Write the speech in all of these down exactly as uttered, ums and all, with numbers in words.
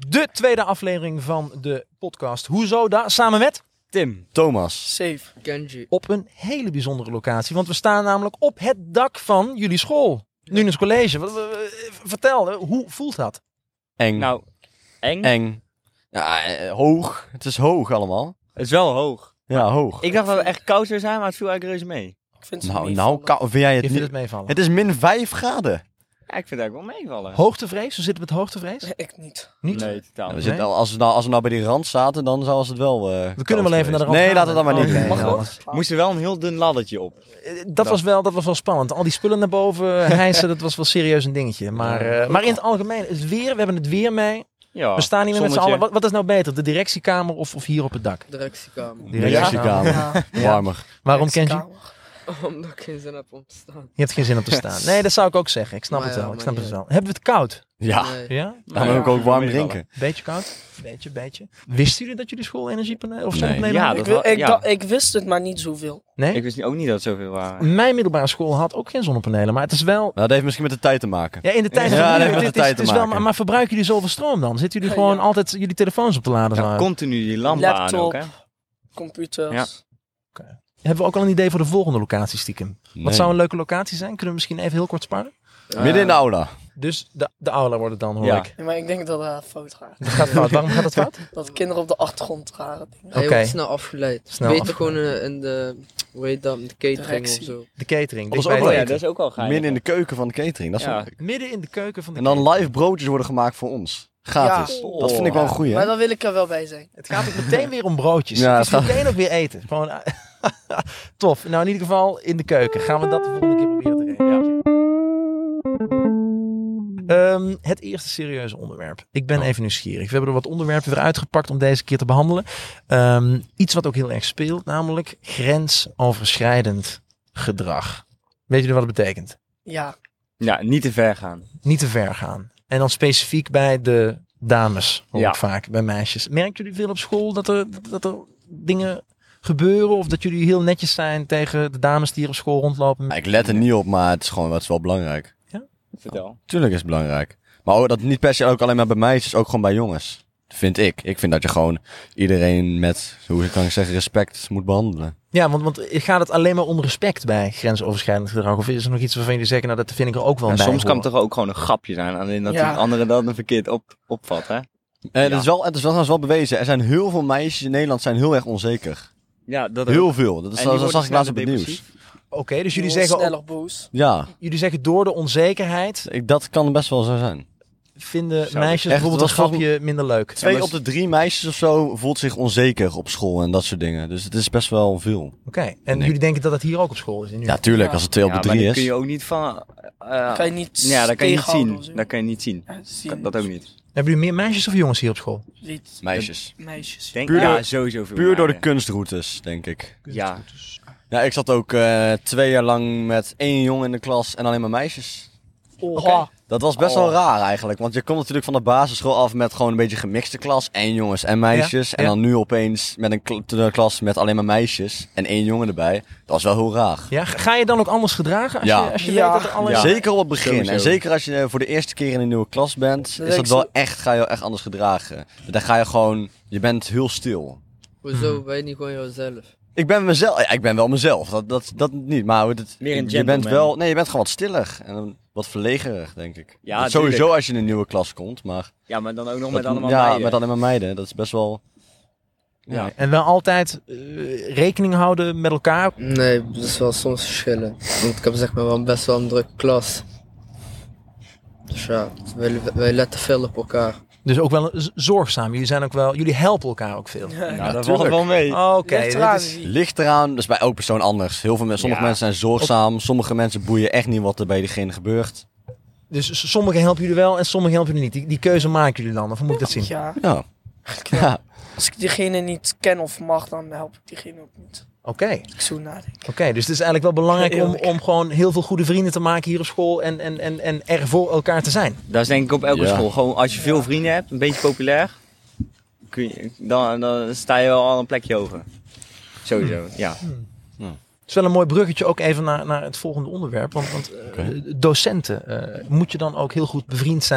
De tweede aflevering van de podcast Hoezo Da? Samen met Tim, Thomas, Safe, Genji. Op een hele bijzondere locatie. Want we staan namelijk op het dak van jullie school. Nunes College. Wat- wat- wat- Vertel, hè, hoe voelt dat? eng, nou, eng. eng. Ja, eh, hoog. Het is hoog allemaal. Het is wel hoog. Ja, hoog. Ik dacht dat het echt koud zou zijn, maar het viel eigenlijk reuze mee. Ik vind het Nou, meevallen. nou, kou- vind jij Je het vindt niet? het meevallen. Het is min vijf graden. Ja, ik vind het eigenlijk wel meevallen. Hoogtevrees? Hoe zit het met hoogtevrees? Ik niet. Niet? Nee, totaal We niet. zitten, al- als, we nou, als we nou bij die rand zaten, dan zou het wel... eh, We kunnen wel even naar de rand Nee, gaan. laten we dat maar niet Oh, doen. mag Nee, wel. anders- Moest er wel een heel dun laddertje op. Eh, Dat was, wel, dat was wel spannend. Al die spullen naar boven hijsen, dat was wel serieus een dingetje. Maar, eh, maar in het algemeen, het weer, we hebben het weer mee. Ja, We staan niet meer met z'n zonnetje. allen. Wat, wat is nou beter, de directiekamer of, of hier op het dak? Directiekamer. Directiekamer. Ja. Warmer. Waarom, Kenji? Directiekamer. Omdat ik geen zin heb om te staan. Je hebt geen zin om te staan. Nee, dat zou ik ook zeggen. Ik snap Maar het ja, wel. Ik maar snap niet het wel. Hebben we het koud? Ja, Nee. Ja? dan Ja, wil ik ook warm meevallen. drinken. Beetje koud? Beetje, beetje. Wisten jullie dat jullie school energiepanelen of Nee. zonnepanelen Ja, hadden? dat Ik, wi- wel- ik, ja. dacht- ik wist het, maar niet zoveel. Nee? Ik wist niet- ook niet dat het zoveel waren. Mijn middelbare school had ook geen zonnepanelen. Maar het is wel... Nou, dat heeft misschien met de tijd te maken. Ja, in de tijd Ja, van dat nu, heeft met het de is- tijd het is te wel, maken. maar, maar verbruiken jullie zoveel stroom dan? Zitten jullie Ja, gewoon ja. altijd jullie telefoons op te laden? Ja, Zo? continu die lampen aan Laptop. ook, hè? Computers. Ja. Hebben we ook al een idee voor de volgende locatie stiekem? Nee. Wat zou een leuke locatie zijn? Kunnen we misschien even heel kort sparen? Midden in de aula. Dus de, de aula wordt het dan, hoor Ja. ik. Ja, maar ik denk dat dat fout gaat. Dat gaat fout. Waarom gaat dat fout? Dat kinderen op de achtergrond rare dingen. Hij Oké. wordt snel afgeleid. Snel Beter afgeleid. gewoon in, in de, hoe heet dat, de catering Directie. of zo. De catering. Dat is dicht bij ook het wel- Oh ja, eten. dat is ook wel gaaf. Midden in de keuken van de catering. Dat is Ja. wel leuk. Midden in de keuken van de En dan catering. live broodjes worden gemaakt voor ons. Gratis. Ja. Dat vind ik wel een goeie, Maar hè? dan wil ik er wel bij zijn. Het gaat ook meteen weer om broodjes. Ja, het is het gaat- meteen ook weer eten. Gewoon, tof. Nou, in ieder geval in de keuken. Gaan we dat de volgende keer proberen te regelen. Ehm, het eerste serieuze onderwerp. Ik ben even nieuwsgierig. We hebben er wat onderwerpen weer uitgepakt om deze keer te behandelen. Ehm, iets wat ook heel erg speelt, namelijk grensoverschrijdend gedrag. Weet jullie wat het betekent? Ja. Ja, niet te ver gaan. Niet te ver gaan. En dan specifiek bij de dames, hoor Ja. ik vaak, bij meisjes. Merken jullie veel op school dat er, dat er dingen gebeuren? Of dat jullie heel netjes zijn tegen de dames die hier op school rondlopen? Ja, ik let er niet op, maar het is gewoon het is wel belangrijk. Vertel. Tuurlijk is het belangrijk. Maar ook, dat niet per se ook alleen maar bij meisjes, ook gewoon bij jongens. Vind ik. Ik vind dat je gewoon iedereen met, hoe kan ik zeggen, respect moet behandelen. Ja, want, want gaat het alleen maar om respect bij grensoverschrijdend gedrag? Of is er nog iets waarvan jullie zeggen, nou dat vind ik er ook wel En bij soms kan het horen? toch ook gewoon een grapje zijn. Alleen dat Ja. die andere dat een verkeerd op, opvat, hè? En het Ja. is wel, het is wel, trouwens wel bewezen. Er zijn heel veel meisjes in Nederland zijn heel erg onzeker. Ja, dat Heel veel. Dat, is, En die dat zag worden ik laatst op sneller het nieuws. depressief. Oké, dus jullie Jullie zeggen, ook, sneller boos. Ja, jullie zeggen door de onzekerheid ik, dat kan best wel zo zijn. vinden Zo, meisjes echt, bijvoorbeeld een het was grapje minder leuk. Twee maar op de drie meisjes of zo voelt zich onzeker op school en dat soort dingen. Dus het is best wel veel. Oké, en Nee. jullie denken dat dat hier ook op school is? Nu? Ja, tuurlijk. Ja. Als het twee op Ja, de maar drie dat is. kun je ook niet van... eh, Kan je niet ja, dat kan je niet tegenhouden of zien. zo. Dat kan je niet zien. Ja, dat zie je Kan- niet. Dat ook niet. Hebben jullie meer meisjes of jongens hier op school? Niet. Meisjes. Meisjes. Denk, Puur ja, door- sowieso veel Puur door de meiden. kunstroutes, denk ik. Ja. Ja, ik zat ook eh, twee jaar lang met één jongen in de klas en alleen maar meisjes. Oha. Dat was best Oh. wel raar eigenlijk. Want je komt natuurlijk van de basisschool af met gewoon een beetje gemixte klas. En jongens en meisjes. Ja, En ja. dan nu opeens met een kl- de klas met alleen maar meisjes. En één jongen erbij. Dat was wel heel raar. Ja, ga ga je dan ook anders gedragen als Ja. je, als je Ja. weet dat er alle... Ja. Zeker op het begin. Sowieso. En zeker als je voor de eerste keer in een nieuwe klas bent. Dat Is dat ik wel zo- echt, ga je echt anders gedragen. Dan ga je gewoon, je bent heel stil. Hoezo, Mhm. ben je niet gewoon jezelf? Ik ben mezelf, ja, ik ben wel mezelf. Dat, dat, dat niet. Maar het, Meer een je bent gentleman. wel, nee, je bent gewoon wat stiller. En wat verlegerig, denk ik. Ja, Dat sowieso tuurlijk. als je in een nieuwe klas komt. Maar Ja, maar dan ook nog dat- met allemaal ja, meiden. met alleen maar meiden. Dat is best wel... Ja. En wel altijd eh, rekening houden met elkaar. Nee, dat is wel soms verschillen. Want ik heb zeg maar wel best wel een drukke klas. Dus ja, wij, wij letten veel op elkaar. Dus ook wel z- zorgzaam. Jullie zijn ook wel, jullie helpen elkaar ook veel. Ja, Ja, dat tuurlijk. valt wel mee. Oh, Oké, Ligt dit eraan is- wie. Ligt eraan, dat is bij elke persoon anders. Heel veel mensen, sommige Ja. mensen zijn zorgzaam. Sommige mensen boeien echt niet wat er bij diegene gebeurt. dus s- sommigen helpen jullie wel en sommigen helpen jullie niet. Die, die keuze maken jullie dan, of hoe moet ik dat zien? Ja. Ja. Ja. Als ik diegene niet ken of mag, dan help ik diegene ook niet. Oké, Ik zo nadenk. oké. Dus het is eigenlijk wel belangrijk om, Eerlijk. om gewoon heel veel goede vrienden te maken hier op school en, en, en, en er voor elkaar te zijn. Dat is denk ik op elke Ja. school. Gewoon als je veel vrienden hebt, een beetje populair, kun je, dan, dan sta je wel al een plekje over. Sowieso, ja. Het is wel een mooi bruggetje ook even naar, naar het volgende onderwerp. Want, want eh, Oké. docenten, eh, moet je dan ook heel goed bevriend zijn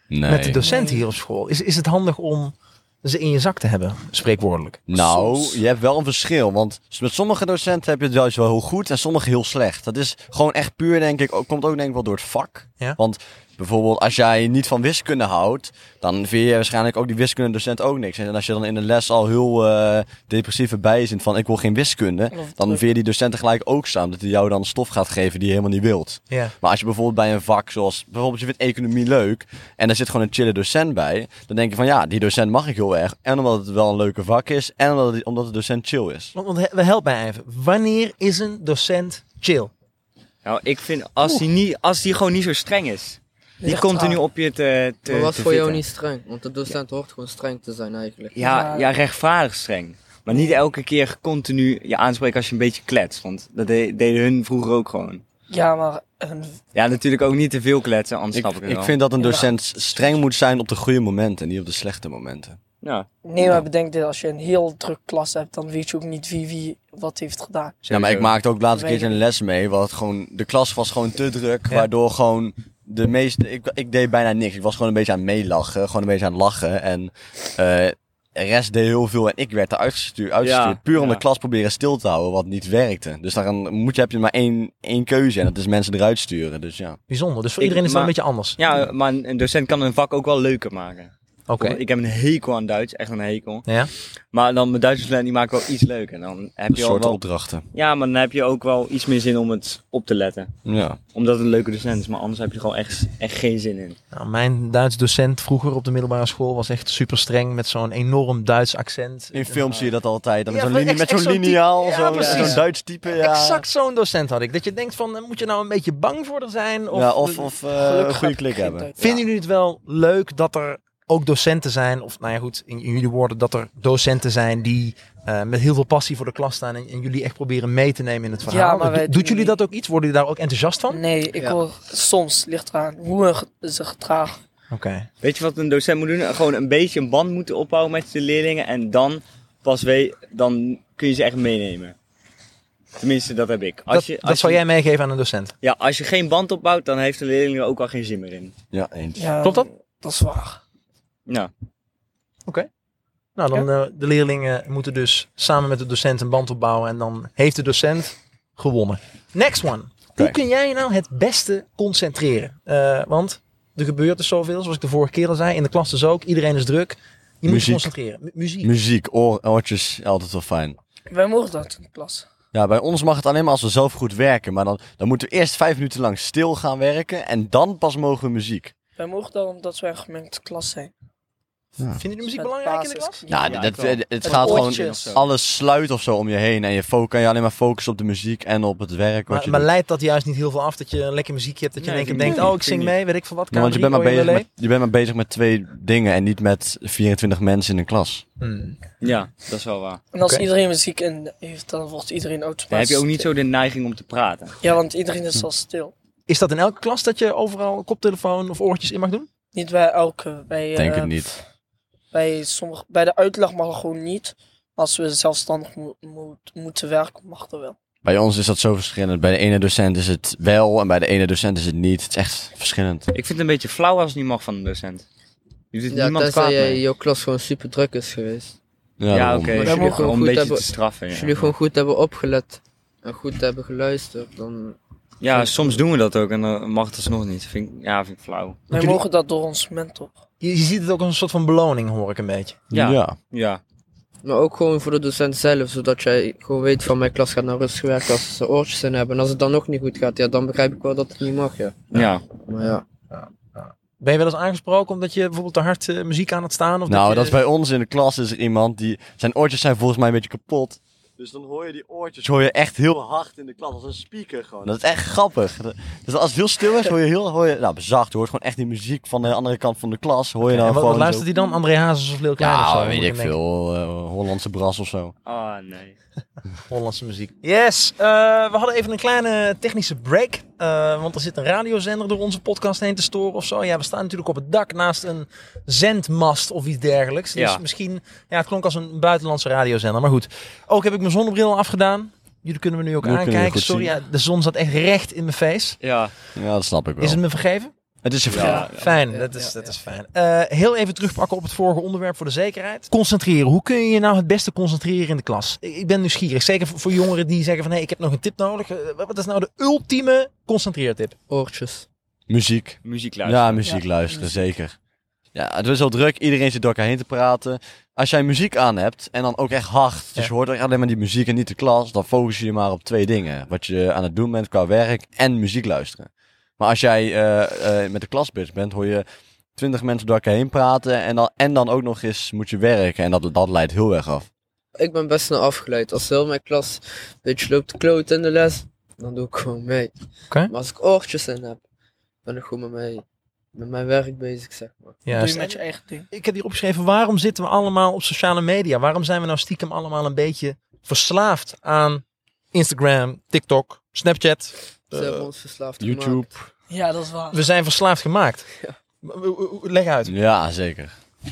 Nee. met de docenten Nee. hier op school? Is, is het handig om ze in je zak te hebben, spreekwoordelijk? Nou, Soms. je hebt wel een verschil. Want met sommige docenten heb je het wel eens wel heel goed en sommige heel slecht. Dat is gewoon echt puur, denk ik, ook, komt ook denk ik wel door het vak. Ja. Want bijvoorbeeld als jij niet van wiskunde houdt, dan vind je waarschijnlijk ook die wiskundedocent ook niks. En als je dan in de les al heel uh, depressief erbij zit van ik wil geen wiskunde, Of dan druk. vind je die docenten gelijk ook staan. Dat hij jou dan stof gaat geven die je helemaal niet wilt. Ja. Maar als je bijvoorbeeld bij een vak zoals, bijvoorbeeld je vindt economie leuk en er zit gewoon een chille docent bij, dan denk je van ja, die docent mag ik heel erg. En omdat het wel een leuke vak is en omdat, het, omdat de docent chill is. Want, want we helpen mij even. Wanneer is een docent chill? Nou, ik vind als die, niet, als die gewoon niet zo streng is. Die Ligt continu eraan. op je te, te Maar wat te voor jou vitten. niet streng? Want de docent hoort gewoon streng te zijn eigenlijk. Ja, Ja. ja, rechtvaardig streng. Maar niet elke keer continu je aanspreken als je een beetje kletst. Want dat de- deden hun vroeger ook gewoon. Ja, maar een, Ja, natuurlijk ook niet te veel kletsen, anders Ik, snap ik het ik wel. vind dat een Ja. docent streng moet zijn op de goede momenten en niet op de slechte momenten. Ja, nee, maar bedenk dit, als je een heel druk klas hebt, dan weet je ook niet wie wie wat heeft gedaan. Ja, maar ik sowieso. maakte ook laatst een Weet keertje een les mee, wat gewoon, de klas was gewoon te druk, Ja. waardoor gewoon de meeste, ik, ik deed bijna niks. Ik was gewoon een beetje aan het meelachen, gewoon een beetje aan het lachen en eh de rest deed heel veel en ik werd eruit gestuurd, uitgestuurd, Ja, puur om ja. de klas proberen stil te houden, wat niet werkte. Dus dan moet je, heb je maar één, één keuze en dat is mensen eruit sturen, dus ja. Bijzonder. Dus voor Ik- iedereen is dat maar- een beetje anders. Ja, maar een een docent kan een vak ook wel leuker maken. Oké. Ik heb een hekel aan Duits, echt een hekel. Ja. Maar dan mijn Duitse studenten die maken wel iets leuker. Dan heb Een je al soort wel, opdrachten. ja, maar dan heb je ook wel iets meer zin om het op te letten. Ja. Omdat het een leuke docent is, maar anders heb je er gewoon echt, echt geen zin in. Nou, mijn Duits docent vroeger op de middelbare school was echt super streng met zo'n enorm Duits accent. In films zie je dat altijd, dan Ja, met zo'n van linie, met ex- zo'n echt zo'n liniaal, type- ja, zo, precies. zo'n Duits type, ja. Exact zo'n docent had ik. Dat je denkt van, eh, moet je nou een beetje bang voor er zijn? Of, ja, of, of eh, een Gelukkig goede heb ik klik geen hebben. Duits. Vinden jullie het wel leuk dat er ook docenten zijn, of nou ja goed, in, in jullie woorden, dat er docenten zijn die eh, met heel veel passie voor de klas staan en, en jullie echt proberen mee te nemen in het verhaal? Ja, maar wij Do- doen Doet jullie niet- dat ook iets? Worden jullie daar ook enthousiast van? Nee, ik Ja. hoor soms, ligt eraan, hoe een- ze gedragen. Oké. Weet je wat een docent moet doen? Gewoon een beetje een band moeten opbouwen met de leerlingen. En dan pas weet, dan kun je ze echt meenemen. Tenminste, dat heb ik. Als Dat, je, als dat zou je- jij meegeven aan een docent. Ja, als je geen band opbouwt, dan heeft de leerling er ook al geen zin meer in. Ja, eens. Ja, Klopt dat? Dat is waar. Ja. Nou, dan eh, de leerlingen moeten dus samen met de docent een band opbouwen en dan heeft de docent gewonnen. Next one. Hoe Oké. kun jij je nou het beste concentreren? Eh, want er gebeurt dus zoveel, zoals ik de vorige keer al zei. In de klas dus ook. Iedereen is druk. Je moet je Muziek. concentreren. Mu- muziek. Muziek, oor, oortjes, altijd wel fijn. Wij mogen dat in de klas. Ja, bij ons mag het alleen maar als we zelf goed werken. Maar dan, dan moeten we eerst vijf minuten lang stil gaan werken. En dan pas mogen we muziek. Wij mogen dat omdat wij een gemengde klas zijn. Vind je de muziek Met belangrijk in de basis- klas? Nou, Ja, dat, ik wel. het, het Met gaat gewoon... oortjes. Alles sluit of zo om je heen. En je fo- kan je alleen maar focussen op de muziek en op het werk. Wat Maar, je maar doet. leidt dat juist niet heel veel af dat je een lekker muziekje hebt? Dat je Nee, in één keer vind ik denkt, niet. oh ik Vind zing ik mee, weet ik veel wat. Ja, want je bent, maar K drie, bezig O L L. met, je bent maar bezig met twee dingen. En niet met vierentwintig mensen in een klas. Hmm. Ja, dat is wel waar. En als Oké. iedereen muziek in heeft, dan wordt iedereen automatisch Dan heb je ook niet stil. zo de neiging om te praten. Ja, want iedereen is al stil. Is dat in elke klas dat je overal koptelefoon of oortjes in mag doen? Niet bij elke. Bij, Denk eh, het niet. Bij, sommige, bij de uitleg mag het gewoon niet. Als we zelfstandig mo- mo- moeten werken, mag dat wel. Bij ons is dat zo verschillend. Bij de ene docent is het wel en bij de ene docent is het niet. Het is echt verschillend. Ik vind het een beetje flauw als het niet mag van een docent. Je doet Ja, niemand kwaad tenzij jij, mee. jouw klas gewoon super druk is geweest. Ja, daarom. oké. Maar als Okay. jullie gewoon Om een goed beetje hebben- te straffen. Als Ja. jullie gewoon goed hebben opgelet en goed hebben geluisterd, dan... ja, soms doen we dat ook en dan mag het alsnog niet. Vind ik, ja, vind ik flauw. Wij jullie- mogen dat door ons mentor. Je, je ziet het ook als een soort van beloning, hoor ik een beetje. Ja. ja. Ja. Maar ook gewoon voor de docent zelf, zodat jij gewoon weet van mijn klas gaat naar rustig werken als ze oortjes in hebben. En als het dan nog niet goed gaat, ja, dan begrijp ik wel dat het niet mag, ja. Ja. Maar ja. Ben je wel eens aangesproken omdat je bijvoorbeeld te hard eh, muziek aan het staan? Of Nou, je- dat is bij ons in de klas is er iemand die... Zijn oortjes zijn volgens mij een beetje kapot. Dus dan hoor je die oortjes hoor je echt heel hard in de klas. Als een speaker gewoon. Dat is echt grappig. Dus als het heel stil is, hoor je heel... Hoor je, nou, bezacht. Je hoort gewoon echt die muziek van de andere kant van de klas. Hoor je En dan wat, wat gewoon luistert zo... hij dan? André Hazes of Leel Klein of zo? Ja, moet weet ik denken. veel. eh, Hollandse bras of zo. Oh, nee. Hollandse muziek. Yes, eh, we hadden even een kleine technische break. eh, want er zit een radiozender door onze podcast heen te storen of zo. Ja, we staan natuurlijk op het dak naast een zendmast of iets dergelijks. Dus Ja. misschien, ja, het klonk als een buitenlandse radiozender. Maar goed, ook heb ik mijn zonnebril al afgedaan. Jullie kunnen me nu ook Nu kunnen we aankijken. goed Sorry, zien. ja, de zon zat echt recht in mijn face. Ja. Ja, dat snap ik wel. Is het me vergeven? Het is je Ja, vraag. ja. Fijn, Ja, dat is, ja, dat ja. is fijn. Eh, heel even terugpakken op het vorige onderwerp voor de zekerheid. Concentreren. Hoe kun je je nou het beste concentreren in de klas? Ik ik ben nieuwsgierig. Zeker voor, voor jongeren die zeggen van hé, hey, ik heb nog een tip nodig. Eh, wat is nou de ultieme concentreertip? Oortjes. Muziek. Muziek luisteren. Ja, muziek Ja, luisteren, muziek. zeker. Ja, het is wel druk. Iedereen zit door elkaar heen te praten. Als jij muziek aan hebt en dan ook echt hard, dus Ja. je hoort echt alleen maar die muziek en niet de klas, dan focus je je maar op twee dingen. Wat je aan het doen bent qua werk en muziek luisteren. Maar als jij eh, eh, met de klas bezig bent, hoor je twintig mensen door elkaar heen praten en dan, en dan ook nog eens moet je werken en dat, dat leidt heel erg af. Ik ben best snel afgeleid. Als heel mijn klas een beetje loopt te kloten in de les, dan doe ik gewoon mee. Oké. Maar als ik oortjes in heb, ben ik gewoon met, mij, met mijn werk bezig, zeg maar. Ja, Doe je met je eigen ding. ik heb hier opgeschreven, waarom zitten we allemaal op sociale media? Waarom zijn we nou stiekem allemaal een beetje verslaafd aan Instagram, TikTok, Snapchat? Ze Eh, hebben ons verslaafd YouTube. gemaakt. Ja, dat is waar. we zijn verslaafd gemaakt. Ja. Leg uit. Ja, zeker.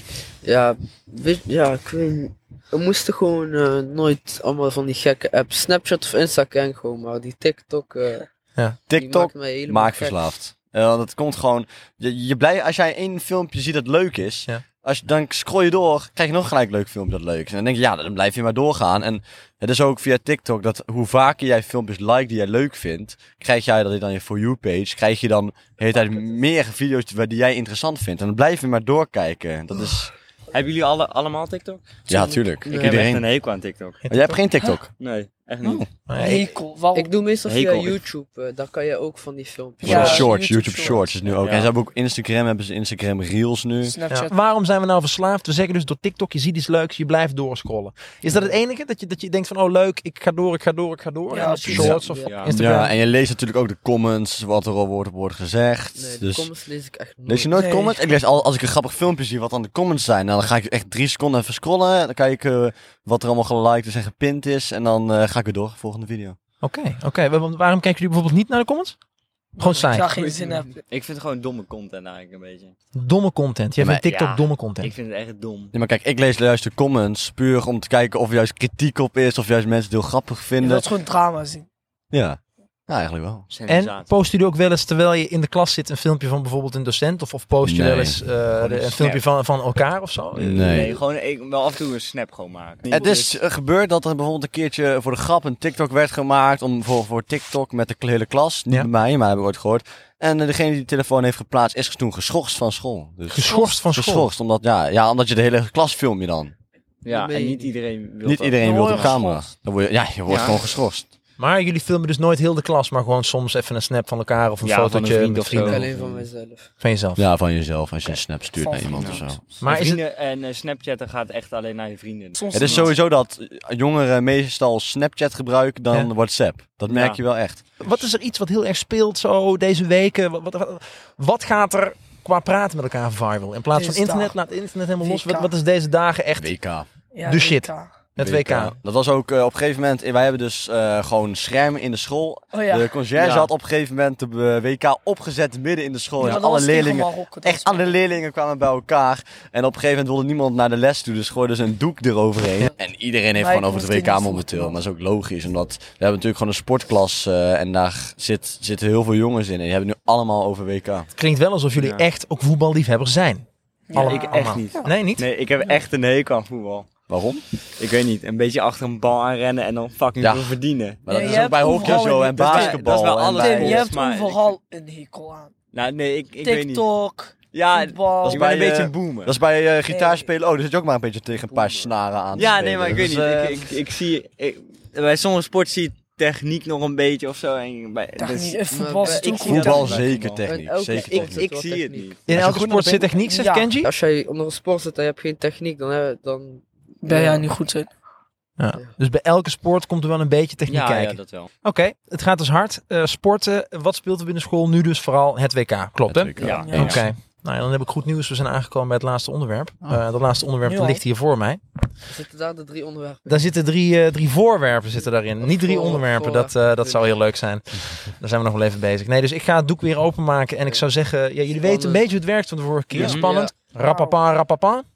Ja, weet, ja, ik weet niet. We moesten gewoon eh, nooit allemaal van die gekke apps. Snapchat of Instagram gewoon, maar die TikTok, eh die TikTok maakt mij helemaal maakt gek. verslaafd. Uh, want het komt gewoon, je, je blij, als jij één filmpje ziet dat leuk is, Ja. als, je- dan scroll je door, krijg je nog gelijk een leuk filmpje dat leuk is. En dan denk je, ja, dan blijf je maar doorgaan. En het is ook via TikTok dat hoe vaker jij filmpjes like die jij leuk vindt, krijg jij dat je dan je For You page, krijg je dan de hele tijd meer video's die, die jij interessant vindt. En dan blijf je maar doorkijken. Dat is, Hebben jullie alle, allemaal TikTok? ja, tuurlijk. Nee. Ik heb echt Iedereen. een hekel aan TikTok. Maar jij hebt geen TikTok? Nee, echt niet. Oh. Maar ik- Hekel. Waarom? Ik doe meestal via Hekel. YouTube, eh, daar kan je ook van die filmpjes. Ja, shorts, YouTube YouTube Shorts. Shorts is nu ook. Ja. En ze hebben ook Instagram, hebben ze Instagram Reels nu. Snapchat. Ja. Waarom zijn we nou verslaafd? We zeggen dus door TikTok, je ziet iets leuks, je blijft doorscrollen. Is dat het enige? Dat je, dat je denkt van, oh leuk, ik ga door, ik ga door, ik ga door. Ja, en op precies. shorts of Ja. Instagram. Ja, en je leest natuurlijk ook de comments, wat er al wordt, wordt gezegd. Nee, de dus comments lees ik echt nooit. lees je nooit Nee. comments? Ik lees al, als ik een grappig filmpje zie wat dan de comments zijn, dan ga ik echt drie seconden even scrollen. Dan kijken wat er allemaal geliked is en gepind is. En dan eh, ga ik weer door, volgende video. Oké, oké. Wa- want waarom kijken jullie bijvoorbeeld niet naar de comments? Gewoon saai. Ik ga geen zin hebben. Ik vind het gewoon domme content eigenlijk een beetje. Domme content. Jij Ja, vindt maar- TikTok ja, domme content. Ik vind het echt dom. Ja, maar kijk, ik lees juist de comments puur om te kijken of er juist kritiek op is. Of juist mensen het heel grappig Je vinden. wilt gewoon drama zien. Ja. ja, eigenlijk wel. En Sensatie. post jullie ook wel eens, terwijl je in de klas zit, een filmpje van bijvoorbeeld een docent? Of, of post je Nee. wel eens eh, de- een snap. filmpje van, van elkaar of zo? Nee. Nee, gewoon ik, wel af en toe een snap gewoon maken. Het is eh, gebeurd dat er bijvoorbeeld een keertje voor de grap een TikTok werd gemaakt om voor, voor TikTok met de hele klas. Niet Ja. bij mij, maar heb ik ooit gehoord. En eh, degene die de telefoon heeft geplaatst is toen geschorst van school. Dus Geschorst van school. geschorst, omdat, ja, ja, omdat je de hele klas film je dan. Ja, Nee. en niet iedereen wil Niet dat. iedereen Dan wil word op je camera. geschorst. Dan word je, ja, je wordt Ja. gewoon geschorst. Maar jullie filmen dus nooit heel de klas, maar gewoon soms even een snap van elkaar of een Ja, van een fotootje vriend met of zo. vrienden. Alleen van mezelf. Van jezelf. Ja, van jezelf als je een snap stuurt Van naar iemand of vrienden. zo. Maar is het, vrienden en uh, Snapchatten gaat echt alleen naar je vrienden. Soms Het is niet. sowieso dat jongeren meestal Snapchat gebruiken dan Ja. WhatsApp. Dat merk Ja. je wel echt. wat is er iets wat heel erg speelt zo deze weken? Wat, wat, wat gaat er qua praten met elkaar viral? In plaats van Deze internet, dagen. laat het internet helemaal los. W K. Wat, wat is deze dagen echt W K. Ja, de shit. W K. het W K? Dat was ook eh, op een gegeven moment, wij hebben dus eh, gewoon schermen in de school. Oh ja. De conciërge Ja. had op een gegeven moment de eh, W K opgezet midden in de school. Ja, en dat alle was tegen leerlingen, Marokko, dat echt was- alle leerlingen kwamen bij elkaar. En op een gegeven moment wilde niemand naar de les toe, dus gooiden ze een doek eroverheen. En iedereen heeft Wij gewoon over het W hoefden K niet momenteel. voetbal. Maar dat is ook logisch, omdat we hebben natuurlijk gewoon een sportklas eh, en daar zit, zitten heel veel jongens in. En die hebben nu allemaal over W K. Het klinkt wel alsof jullie Ja. echt ook voetballiefhebbers zijn. Ja, Alle- ik echt allemaal. niet. Nee, niet? Nee, ik heb echt een hekel aan voetbal. Waarom? Ik weet niet, een beetje achter een bal aanrennen en dan fucking Ja. veel verdienen. Maar Ja, dat je is ook hebt bij hockey overal zo in- en dat is bij- basketbal. dat is bij en alle bij- Tim, je sports, hebt maar overal een hekel aan. Nou nee, ik, ik weet niet. TikTok, Ja, voetbal. ik ben een bij, beetje eh, een boomer. Dat is bij eh gitaarspelen. Oh, daar zit je ook maar een beetje tegen een paar snaren aan te Ja, spelen. nee, maar ik weet Dus, niet. eh, Ik, ik, ik zie, ik, bij sommige sporten zie je techniek nog een beetje of zo. En bij, Techniek, dus- in voetbal Maar is bij- het ik ook voetbal goed. techniek. zeker voetbal. techniek. En elke Zeker sport ik, zit ik wel zie het techniek. niet. In je elke goed sport naar zit de techniek, zegt Ja. Kenji? Als jij onder een sport zit en je hebt geen techniek, dan, heb- dan Ben jij niet goed in? Ja. Dus bij elke sport komt er wel een beetje techniek Ja, kijken. ja, dat wel. Oké, het gaat dus hard. Eh, sporten, wat speelt er binnen school? Nu dus vooral het W K. Klopt, hè? Het W K. Ja. Ja. Oké. Nou, ja, dan heb ik goed nieuws. We zijn aangekomen bij het laatste onderwerp. Oh. Eh dat laatste onderwerp Nu dat al? ligt hier voor mij. zitten daar de drie onderwerpen. Daar zitten drie, eh, drie voorwerpen zitten daarin. Niet drie Voor- onderwerpen. voor- Dat, eh, dat zou heel leuk zijn. Daar zijn we nog wel even bezig. Nee, dus ik ga het doek weer openmaken. En ik zou zeggen, ja, jullie weten een beetje hoe het werkt van de vorige keer. Ja. Spannend. Rapapa, rapapa.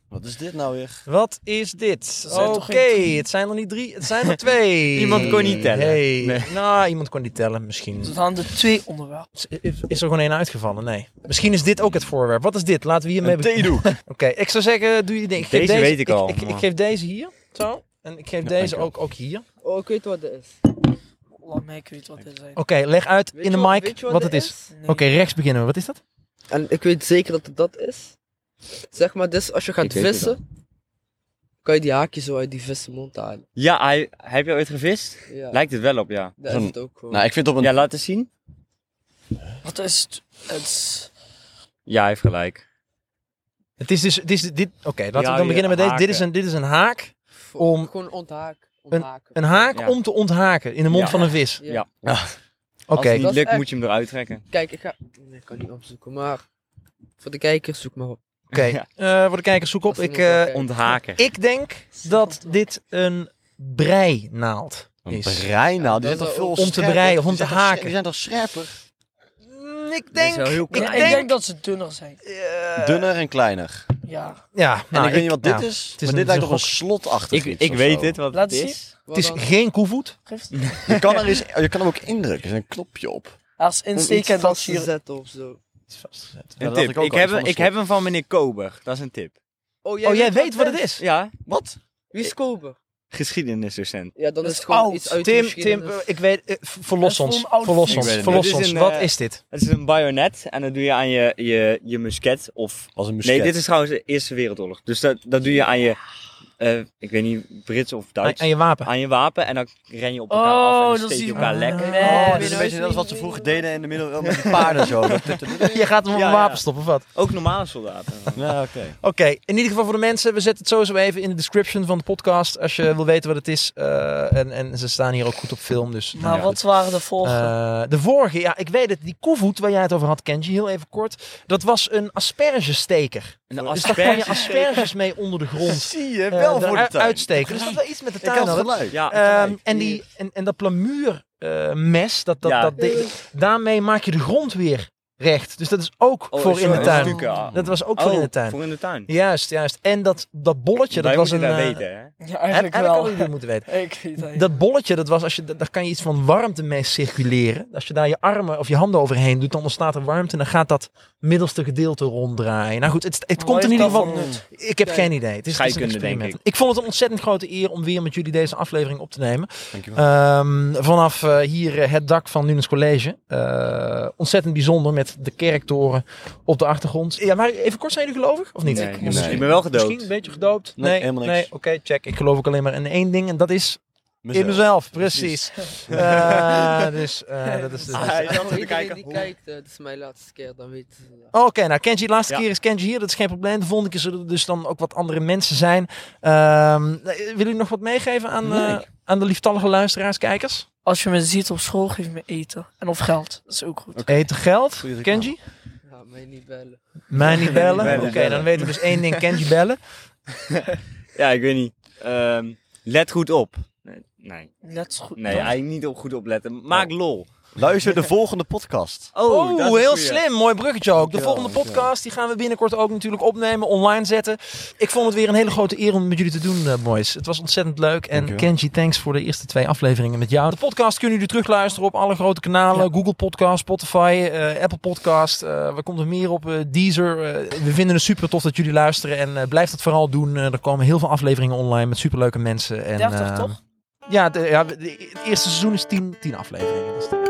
Wat is dit nou weer? Wat is dit? Het zijn Oké, toch geen drie? het zijn er niet drie, het zijn er twee. Iemand kon niet tellen. Hey. Nee. Nou, iemand kon niet tellen, misschien. Er waren er twee onderwerpen. Is, is er gewoon één uitgevallen? Nee. Misschien is dit ook het voorwerp. Wat is dit? Laten we hiermee Een theedoek. Oké, ik zou zeggen, doe je ding. Ik geef Deze weet ik al, Ik, ik, maar- geef deze hier, zo. En ik geef Ja, deze dankjewel. ook, ook hier. Oh, ik weet wat het is. Laat mij, ik weet wat dit zijn. Oké, leg uit Weet in de je wat- mic weet je wat, wat het dit is. is? Nee. Oké, rechts beginnen we. Wat is dat? En ik weet zeker dat het dat is. Zeg maar, dus als je gaat Ik weet het vissen, kan je die haakjes zo uit die vissenmond halen. Ja, hij, heb je ooit gevist? Ja, Lijkt het wel op, ja. dat Zo'n- is het ook gewoon. Nou, ik vind op een... Ja, laat eens zien. Wat is het? Het is... Ja, hij heeft gelijk. Het is dus, het is dit. Oké, laten Ja, we dan beginnen met deze. Dit is haken. een, dit is een haak. Voor- om- Gewoon onthaak, onthaken. Een haak Ja. om te onthaken in de mond Ja. van een vis. Ja. Ja. Oké, Als het Dat niet is lukt, echt- moet je hem eruit trekken. Kijk, ik ga... Nee, ik kan niet opzoeken, maar... Voor de kijkers, zoek maar op. oké. Ja. Eh, voor de kijkers, zoek op. Als Ik, iemand wil eh, kijken. Onthaken. ik denk dat dit een breinaald Een is. breinaald, die Ja, zijn toch dat veel is om te scherper? breien of om Die te zijn toch scher- haken. Die zijn toch scherper? Mm, Ik is denk... wel heel ik klein. Ja, denk... ik denk dat ze dunner zijn. eh, Dunner en kleiner. Ja. Ja, En nou, ik weet niet wat dit ja. is, is maar een- dit lijkt het op is een een slotachtig Ik, iets ik of weet zo. dit, wat Laat het zien. is. Wat Het is dan? geen koevoet. Geef Je kan, er eens, je kan hem ook indrukken, er is een knopje op. Als Om iets insteken dat vast je te hier... zetten of zo. Het is vastgezet. Ja, Een dat tip. had ik ook Ik, al, heb, iets van hem- een ik heb hem van meneer Kober. Dat is een tip. Oh, Oh, jij weet wat het is? Ja, Wat? Wie is Kober? geschiedenisdocent. Ja, dan Dat is is het gewoon oud. iets uit de Tim, Tim, geschiedenis. eh, ik weet... eh, verlos Dat is ons. voor een oud Verlos Ik ons. weet het Verlos niet. ons. Dit is een, Wat eh, is dit? Het is een bajonet en dat doe je aan je, je, je musket. Of... Als een musket. Nee, dit is trouwens de Eerste Wereldoorlog. Dus dat, dat doe je aan je, eh, ik weet niet, Brits of Aan, Duits. aan je wapen. Aan je wapen en dan ren je op elkaar Oh, af en dat dan is steek je die- elkaar Ah. lek. Nee, Oh, nee, dit is een nee, beetje net als wat ze nee, vroeger nee. deden in de middeleeuwen met die paarden zo. Dat- dat- dat- Je gaat hem op Ja, een ja. wapen stoppen, of wat? Ook normale soldaten. Ja, oké. Oké, in ieder geval voor de mensen, we zetten het sowieso even in de description van de podcast als je wil weten wat het is. Uh, en, en ze staan hier ook goed op film, dus... Maar ja, wat waren de volgende? Uh, de vorige, ja, ik weet het, die koevoet waar jij het over had, Kenji, heel even kort. Dat was een aspergesteker. Een Dus daar kon je asperges. asperges mee onder de grond Zie je, uh, wel voor de eruit tuin. uitsteken. Dus dat is wel iets met de Ik tuin. had hadden. gelijk. Ja, Ehm, gelijk. en, die, en, en dat plamuur uh, mes, dat, dat, Ja. dat de- daarmee maak je de grond weer recht. Dus dat is ook Oh, voor in zo, de een tuin. stuk, ah. Dat was ook voor Oh, in de tuin. voor in de tuin. Juist, juist. En dat, dat bolletje, dat Wij was moeten een... dat uh, weten, hè? Ja, heb- eigenlijk heb ik wel. al jullie moeten weten. Ik weet het. Dat bolletje, dat was als je, daar kan je iets van warmte mee circuleren. Als je daar je armen of je handen overheen doet, dan ontstaat er warmte en dan gaat dat middelste gedeelte ronddraaien. Nou goed, het, het Wat komt in heeft ieder dat geval... voor nut? Ik heb Nee. geen idee. Het is, het is een Scheikunde, denk experiment. ik. Ik vond het een ontzettend grote eer om weer met jullie deze aflevering op te nemen. Dankjewel. Ehm, vanaf uh, hier uh, het dak van Nunes College. Uh, ontzettend bijzonder met de kerktoren op de achtergrond. Ja, maar even kort, zijn jullie gelovig of niet? Nee, Ik- nee. misschien- Ik ben wel gedoopt. Misschien een beetje gedoopt. Nee, Nee, helemaal nee, niks. oké, check. Ik geloof ook alleen maar in één ding en dat is Mezelf. in mezelf. Precies. Uh, dus uh, dat is... Dus, Ah, dus- hij zat Voor te iedereen kijken. die hoe- kijkt, uh, dit is mijn laatste keer, dan weten ze dat. Oké, nou Kenji, de laatste Ja. keer is Kenji hier. Dat is geen probleem. De volgende keer zullen er dus dan ook wat andere mensen zijn. Um, willen jullie nog wat meegeven aan, uh, Nee. aan de lieftallige luisteraars, kijkers? Als je me ziet op school, geef me eten. En of geld. Dat is ook goed. Oké. Eten, geld. Goeie reclame. Kenji? Ja, mij niet bellen. Mij niet bellen. Niet Oké, bellen. dan weten we dus één ding. Kenji bellen. Ja, ik weet niet. Ehm, let goed op. Nee, nee, Net goed. nee eigenlijk niet op goed opletten. Maak lol. Luister de volgende podcast. Oh, dat is een heel goeie. slim. Mooi bruggetje ook. De Dankjewel, volgende dankjewel. podcast die gaan we binnenkort ook natuurlijk opnemen, online zetten. Ik vond het weer een hele grote eer om het met jullie te doen, uh, boys. Het was ontzettend leuk. En Dankjewel. Kenji, thanks voor de eerste twee afleveringen met jou. De podcast kunnen jullie terugluisteren op alle grote kanalen. Ja. Google Podcast, Spotify, uh, Apple Podcast. Uh, waar komt er meer op? Uh, Deezer. Uh, we vinden het super tof dat jullie luisteren. En uh, blijf dat vooral doen. Uh, er komen heel veel afleveringen online met superleuke mensen. En, dertig uh, toch? Ja, de, ja, de- het eerste seizoen is tien, tien afleveringen. Dat is de-